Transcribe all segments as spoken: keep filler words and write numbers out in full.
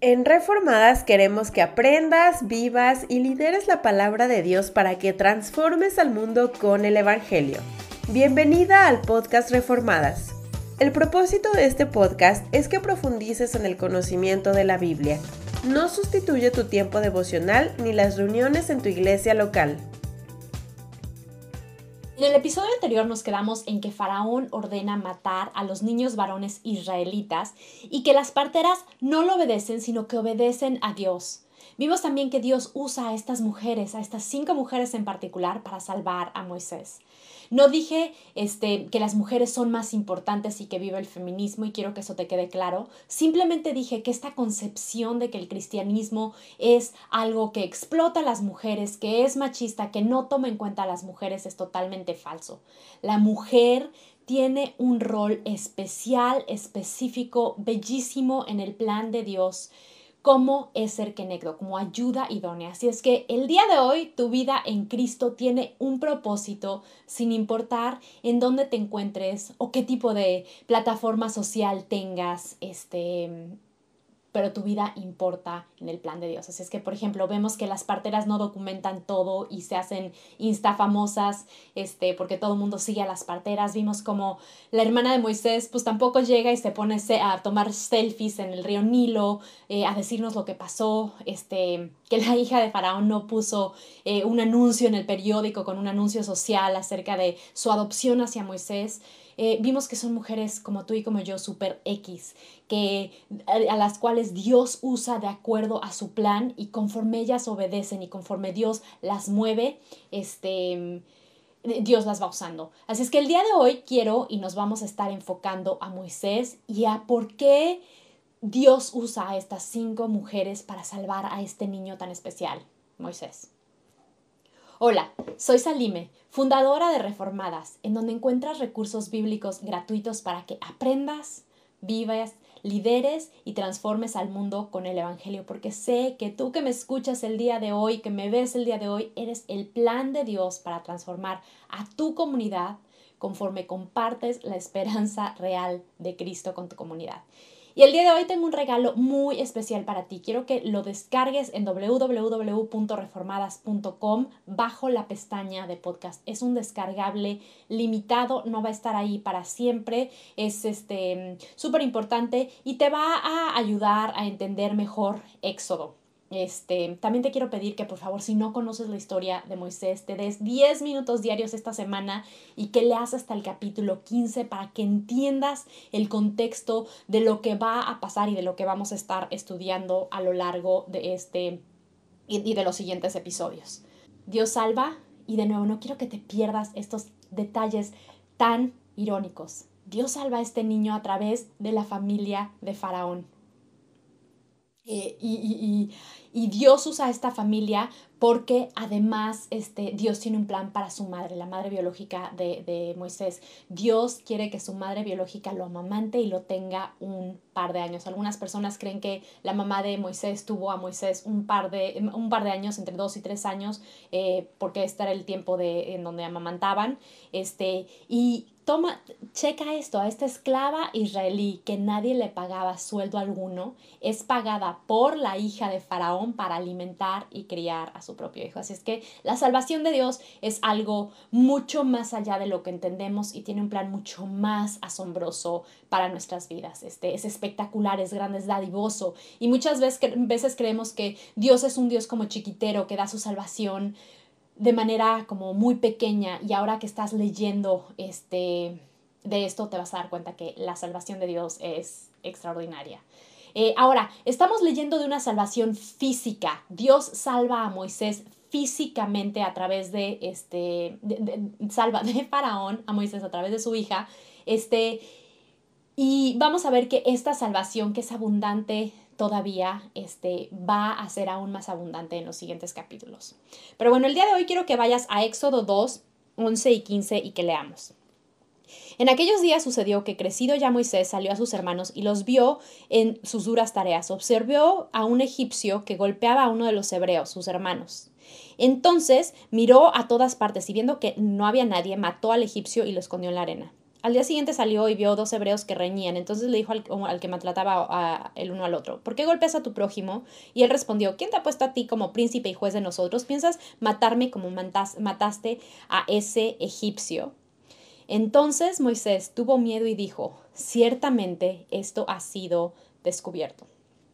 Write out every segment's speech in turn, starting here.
En Reformadas queremos que aprendas, vivas y lideres la palabra de Dios para que transformes al mundo con el Evangelio. Bienvenida al podcast Reformadas. El propósito de este podcast es que profundices en el conocimiento de la Biblia. No sustituye tu tiempo devocional ni las reuniones en tu iglesia local. En el episodio anterior nos quedamos en que Faraón ordena matar a los niños varones israelitas y que las parteras no lo obedecen, sino que obedecen a Dios. Vimos también que Dios usa a estas mujeres, a estas cinco mujeres en particular, para salvar a Moisés. No dije este, que las mujeres son más importantes y que vive el feminismo, y quiero que eso te quede claro. Simplemente dije que esta concepción de que el cristianismo es algo que explota a las mujeres, que es machista, que no toma en cuenta a las mujeres, es totalmente falso. La mujer tiene un rol especial, específico, bellísimo en el plan de Dios, como Ezer Kenegdo, como ayuda idónea. Así es que el día de hoy tu vida en Cristo tiene un propósito sin importar en dónde te encuentres o qué tipo de plataforma social tengas, este... pero tu vida importa en el plan de Dios. Así es que, por ejemplo, vemos que las parteras no documentan todo y se hacen insta famosas, este, porque todo el mundo sigue a las parteras. Vimos como la hermana de Moisés, pues tampoco llega y se pone a tomar selfies en el río Nilo, eh, a decirnos lo que pasó, este, que la hija de Faraón no puso eh, un anuncio en el periódico con un anuncio social acerca de su adopción hacia Moisés. Eh, vimos que son mujeres como tú y como yo, super X, que, a, a las cuales Dios usa de acuerdo a su plan, y conforme ellas obedecen y conforme Dios las mueve, este, Dios las va usando. Así es que el día de hoy quiero y nos vamos a estar enfocando a Moisés y a por qué Dios usa a estas cinco mujeres para salvar a este niño tan especial, Moisés. Hola, soy Salime, fundadora de Reformadas, en donde encuentras recursos bíblicos gratuitos para que aprendas, vivas, lideres y transformes al mundo con el Evangelio, porque sé que tú que me escuchas el día de hoy, que me ves el día de hoy, eres el plan de Dios para transformar a tu comunidad conforme compartes la esperanza real de Cristo con tu comunidad. Y el día de hoy tengo un regalo muy especial para ti. Quiero que lo descargues en doble u doble u doble u punto reformadas punto com bajo la pestaña de podcast. Es un descargable limitado, no va a estar ahí para siempre. Es este súper importante y te va a ayudar a entender mejor Éxodo. Este, también te quiero pedir que por favor, si no conoces la historia de Moisés, te des diez minutos diarios esta semana y que leas hasta el capítulo quince para que entiendas el contexto de lo que va a pasar y de lo que vamos a estar estudiando a lo largo de este y, y de los siguientes episodios. Dios salva, y de nuevo no quiero que te pierdas estos detalles tan irónicos. Dios salva a este niño a través de la familia de Faraón. Eh, y, y, y, y Dios usa a esta familia porque además este, Dios tiene un plan para su madre, la madre biológica de, de Moisés. Dios quiere que su madre biológica lo amamante y lo tenga un par de años. Algunas personas creen que la mamá de Moisés tuvo a Moisés un par de, un par de años, entre dos y tres años, eh, porque este era el tiempo de, en donde amamantaban. Este, y toma, checa esto, a esta esclava israelí que nadie le pagaba sueldo alguno, es pagada por la hija de Faraón para alimentar y criar a su propio hijo. Así es que la salvación de Dios es algo mucho más allá de lo que entendemos y tiene un plan mucho más asombroso para nuestras vidas. Este, es espectacular, es grande, es dadivoso, y muchas veces, veces creemos que Dios es un Dios como chiquitero que da su salvación de manera como muy pequeña, y ahora que estás leyendo este, de esto te vas a dar cuenta que la salvación de Dios es extraordinaria. Eh, ahora, estamos leyendo de una salvación física. Dios salva a Moisés físicamente a través de, este, de, de, salva de Faraón a Moisés a través de su hija, este, y vamos a ver que esta salvación, que es abundante todavía, este, va a ser aún más abundante en los siguientes capítulos. Pero bueno, el día de hoy quiero que vayas a Éxodo dos, once y quince y que leamos. En aquellos días sucedió que, crecido ya Moisés, salió a sus hermanos y los vio en sus duras tareas. Observó a un egipcio que golpeaba a uno de los hebreos, sus hermanos. Entonces miró a todas partes y, viendo que no había nadie, mató al egipcio y lo escondió en la arena. Al día siguiente salió y vio dos hebreos que reñían. Entonces le dijo al, al que maltrataba a, el uno al otro, ¿por qué golpeas a tu prójimo? Y él respondió, ¿quién te ha puesto a ti como príncipe y juez de nosotros? ¿Piensas matarme como matas, mataste a ese egipcio? Entonces Moisés tuvo miedo y dijo, ciertamente esto ha sido descubierto.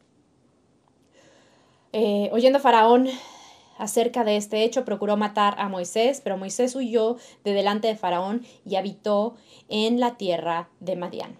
Eh, oyendo Faraón acerca de este hecho, procuró matar a Moisés, pero Moisés huyó de delante de Faraón y habitó en la tierra de Madián.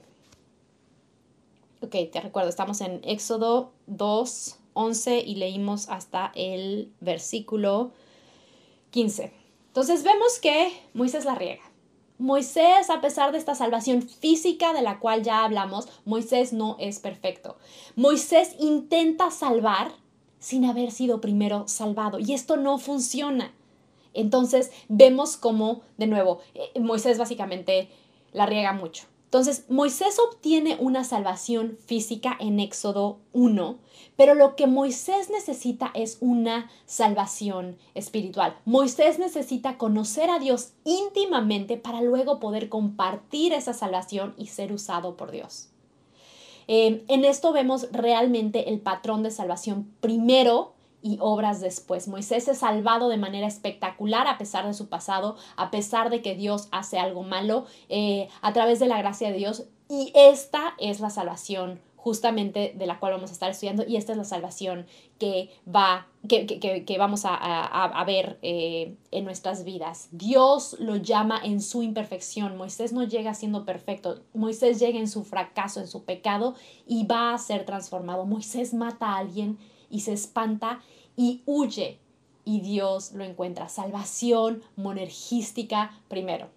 Ok, te recuerdo, estamos en Éxodo dos, once y leímos hasta el versículo quince. Entonces vemos que Moisés la riega. Moisés, a pesar de esta salvación física de la cual ya hablamos, Moisés no es perfecto. Moisés intenta salvar sin haber sido primero salvado y esto no funciona. Entonces vemos cómo, de nuevo, Moisés básicamente la riega mucho. Entonces, Moisés obtiene una salvación física en Éxodo uno, pero lo que Moisés necesita es una salvación espiritual. Moisés necesita conocer a Dios íntimamente para luego poder compartir esa salvación y ser usado por Dios. Eh, en esto vemos realmente el patrón de salvación primero y obras después. Moisés es salvado de manera espectacular a pesar de su pasado, a pesar de que Dios hace algo malo, eh, a través de la gracia de Dios. Y esta es la salvación justamente de la cual vamos a estar estudiando y esta es la salvación que, va, que, que, que vamos a, a, a ver eh, en nuestras vidas. Dios lo llama en su imperfección. Moisés no llega siendo perfecto. Moisés llega en su fracaso, en su pecado y va a ser transformado. Moisés mata a alguien y se espanta y huye y Dios lo encuentra. Salvación monergística primero.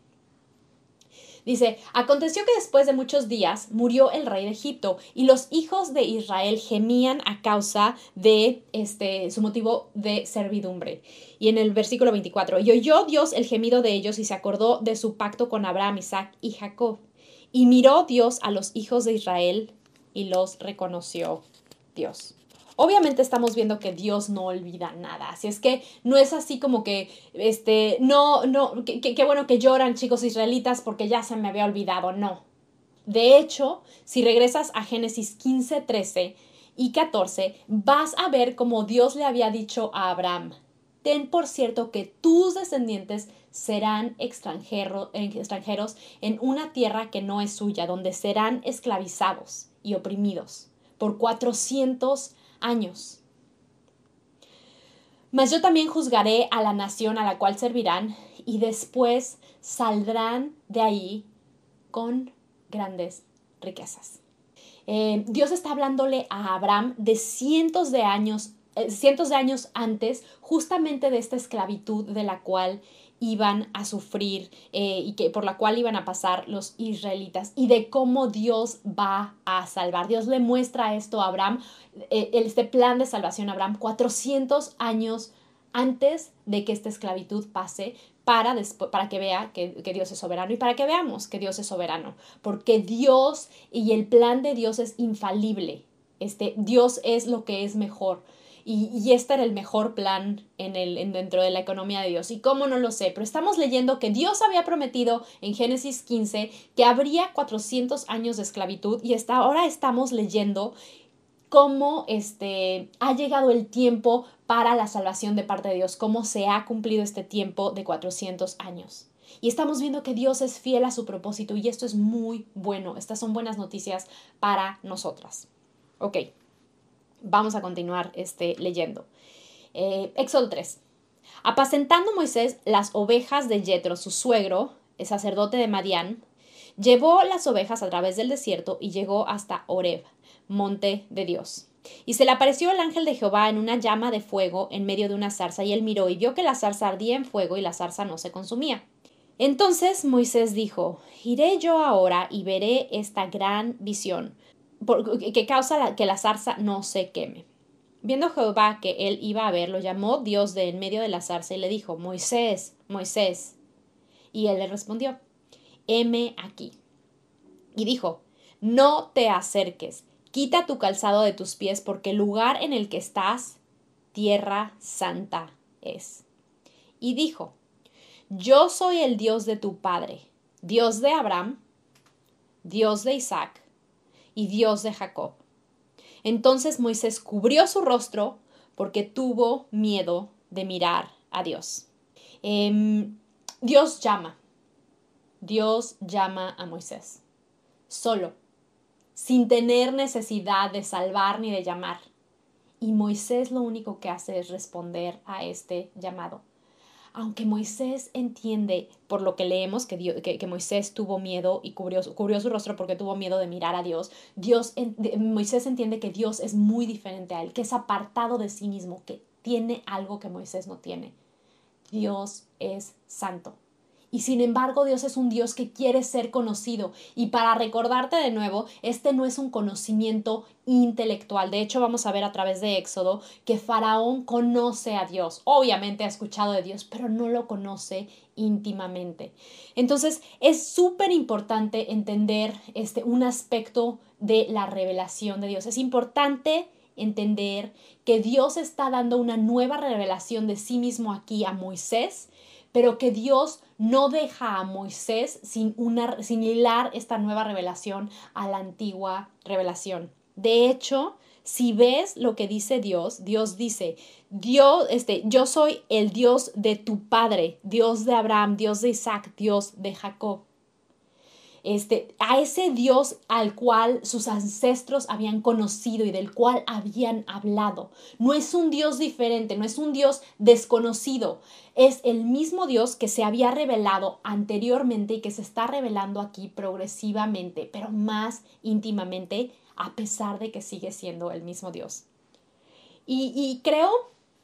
Dice, aconteció que después de muchos días murió el rey de Egipto y los hijos de Israel gemían a causa de este, su motivo de servidumbre. Y en el versículo veinticuatro, y oyó Dios el gemido de ellos y se acordó de su pacto con Abraham, Isaac y Jacob. Y miró Dios a los hijos de Israel y los reconoció Dios. Obviamente estamos viendo que Dios no olvida nada, así es que no es así como que, este, no, no, qué bueno que lloran chicos israelitas porque ya se me había olvidado, no. De hecho, si regresas a Génesis quince, trece y catorce, vas a ver cómo Dios le había dicho a Abraham, ten por cierto que tus descendientes serán extranjero, extranjeros en una tierra que no es suya, donde serán esclavizados y oprimidos por cuatrocientos años. Mas yo también juzgaré a la nación a la cual servirán y después saldrán de ahí con grandes riquezas. Eh, Dios está hablándole a Abraham de cientos de años, eh, cientos de años antes, justamente de esta esclavitud de la cual iban a sufrir eh, y que por la cual iban a pasar los israelitas y de cómo Dios va a salvar. Dios le muestra esto a Abraham, eh, este plan de salvación a Abraham cuatrocientos años antes de que esta esclavitud pase para, después, para que vea que, que Dios es soberano y para que veamos que Dios es soberano, porque Dios y el plan de Dios es infalible. Este, Dios es lo que es mejor. Y, y este era el mejor plan en el, en, dentro de la economía de Dios. ¿Y cómo no lo sé? Pero estamos leyendo que Dios había prometido en Génesis quince que habría cuatrocientos años de esclavitud y hasta ahora estamos leyendo cómo este, ha llegado el tiempo para la salvación de parte de Dios, cómo se ha cumplido este tiempo de cuatrocientos años. Y estamos viendo que Dios es fiel a su propósito y esto es muy bueno. Estas son buenas noticias para nosotras. Ok. Vamos a continuar este, leyendo. Eh, Éxodo tres. Apacentando Moisés las ovejas de Yetro, su suegro, el sacerdote de Madián, llevó las ovejas a través del desierto y llegó hasta Horeb, monte de Dios. Y se le apareció el ángel de Jehová en una llama de fuego en medio de una zarza, y él miró y vio que la zarza ardía en fuego y la zarza no se consumía. Entonces Moisés dijo, iré yo ahora y veré esta gran visión, que causa la, que la zarza no se queme. Viendo Jehová que él iba a ver, lo llamó Dios de en medio de la zarza y le dijo, Moisés, Moisés. Y él le respondió, heme aquí. Y dijo, no te acerques, quita tu calzado de tus pies, porque el lugar en el que estás, tierra santa es. Y dijo, yo soy el Dios de tu padre, Dios de Abraham, Dios de Isaac y Dios de Jacob. Entonces Moisés cubrió su rostro porque tuvo miedo de mirar a Dios. Eh, Dios llama. Dios llama a Moisés. Solo, sin tener necesidad de salvar ni de llamar. Y Moisés lo único que hace es responder a este llamado. Aunque Moisés entiende, por lo que leemos, que, Dios, que, que Moisés tuvo miedo y cubrió, cubrió su rostro porque tuvo miedo de mirar a Dios, Dios Moisés entiende que Dios es muy diferente a él, que es apartado de sí mismo, que tiene algo que Moisés no tiene. Dios es santo. Y sin embargo, Dios es un Dios que quiere ser conocido. Y para recordarte de nuevo, este no es un conocimiento intelectual. De hecho, vamos a ver a través de Éxodo que Faraón conoce a Dios. Obviamente ha escuchado de Dios, pero no lo conoce íntimamente. Entonces, es súper importante entender este, un aspecto de la revelación de Dios. Es importante entender que Dios está dando una nueva revelación de sí mismo aquí a Moisés, pero que Dios no deja a Moisés sin, una, sin hilar esta nueva revelación a la antigua revelación. De hecho, si ves lo que dice Dios, Dios dice, Dios, este, yo soy el Dios de tu padre, Dios de Abraham, Dios de Isaac, Dios de Jacob. Este, a ese Dios al cual sus ancestros habían conocido y del cual habían hablado. No es un Dios diferente, no es un Dios desconocido. Es el mismo Dios que se había revelado anteriormente y que se está revelando aquí progresivamente, pero más íntimamente, a pesar de que sigue siendo el mismo Dios. Y, y creo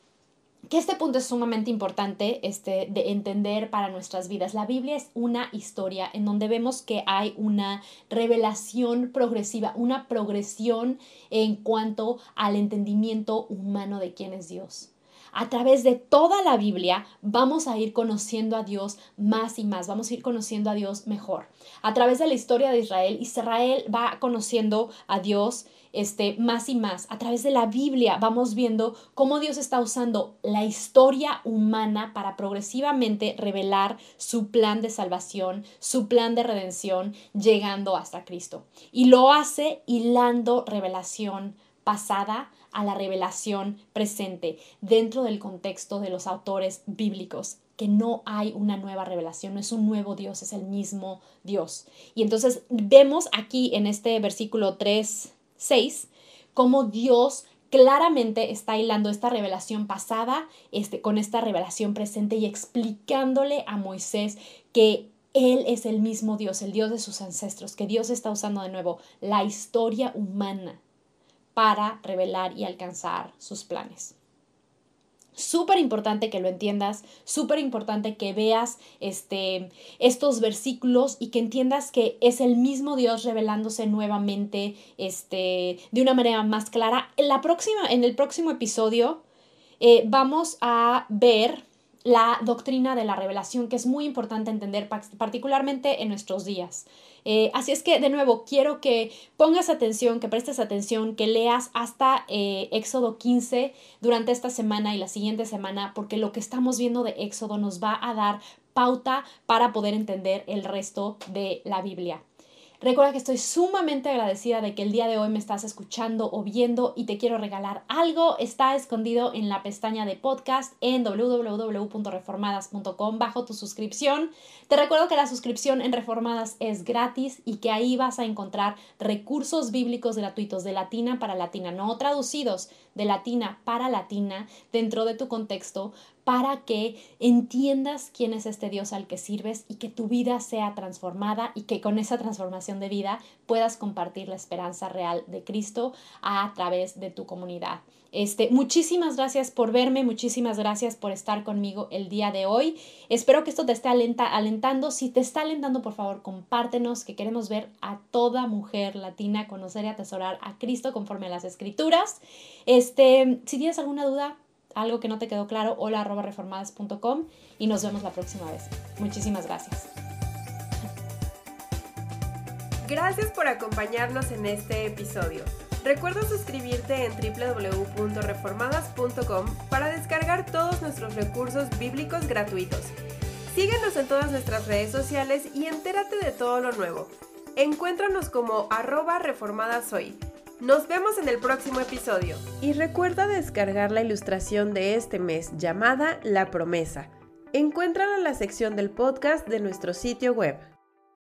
que este punto es sumamente importante este, de entender para nuestras vidas. La Biblia es una historia en donde vemos que hay una revelación progresiva, una progresión en cuanto al entendimiento humano de quién es Dios. A través de toda la Biblia vamos a ir conociendo a Dios más y más, vamos a ir conociendo a Dios mejor. A través de la historia de Israel, Israel va conociendo a Dios Este, más y más. A través de la Biblia vamos viendo cómo Dios está usando la historia humana para progresivamente revelar su plan de salvación, su plan de redención, llegando hasta Cristo. Y lo hace hilando revelación pasada a la revelación presente dentro del contexto de los autores bíblicos, que no hay una nueva revelación, no es un nuevo Dios, es el mismo Dios. Y entonces vemos aquí en este versículo tres, seis, cómo Dios claramente está hilando esta revelación pasada este, con esta revelación presente y explicándole a Moisés que Él es el mismo Dios, el Dios de sus ancestros, que Dios está usando de nuevo la historia humana para revelar y alcanzar sus planes. Súper importante que lo entiendas, súper importante que veas este, estos versículos y que entiendas que es el mismo Dios revelándose nuevamente este, de una manera más clara. En, la próxima, en el próximo episodio eh, vamos a ver la doctrina de la revelación, que es muy importante entender particularmente en nuestros días. Eh, así es que, de nuevo, quiero que pongas atención, que prestes atención, que leas hasta eh, Éxodo quince durante esta semana y la siguiente semana, porque lo que estamos viendo de Éxodo nos va a dar pauta para poder entender el resto de la Biblia. Recuerda que estoy sumamente agradecida de que el día de hoy me estás escuchando o viendo y te quiero regalar algo. Está escondido en la pestaña de podcast en doble u doble u doble u punto reformadas punto com bajo tu suscripción. Te recuerdo que la suscripción en Reformadas es gratis y que ahí vas a encontrar recursos bíblicos gratuitos de latina para latina, no traducidos, de latina para latina dentro de tu contexto, para que entiendas quién es este Dios al que sirves y que tu vida sea transformada y que con esa transformación de vida puedas compartir la esperanza real de Cristo a través de tu comunidad. Este, muchísimas gracias por verme, muchísimas gracias por estar conmigo el día de hoy. Espero que esto te esté alenta, alentando. Si te está alentando, por favor, compártenos, que queremos ver a toda mujer latina conocer y atesorar a Cristo conforme a las Escrituras. Este, si tienes alguna duda, algo que no te quedó claro, hola arroba reformadas punto com y nos vemos la próxima vez. Muchísimas gracias. Gracias por acompañarnos en este episodio. Recuerda suscribirte en doble u doble u doble u punto reformadas punto com para descargar todos nuestros recursos bíblicos gratuitos. Síguenos en todas nuestras redes sociales y entérate de todo lo nuevo. Encuéntranos como arroba reformadasoy. Nos vemos en el próximo episodio. Y recuerda descargar la ilustración de este mes llamada La Promesa. Encuéntrala en la sección del podcast de nuestro sitio web.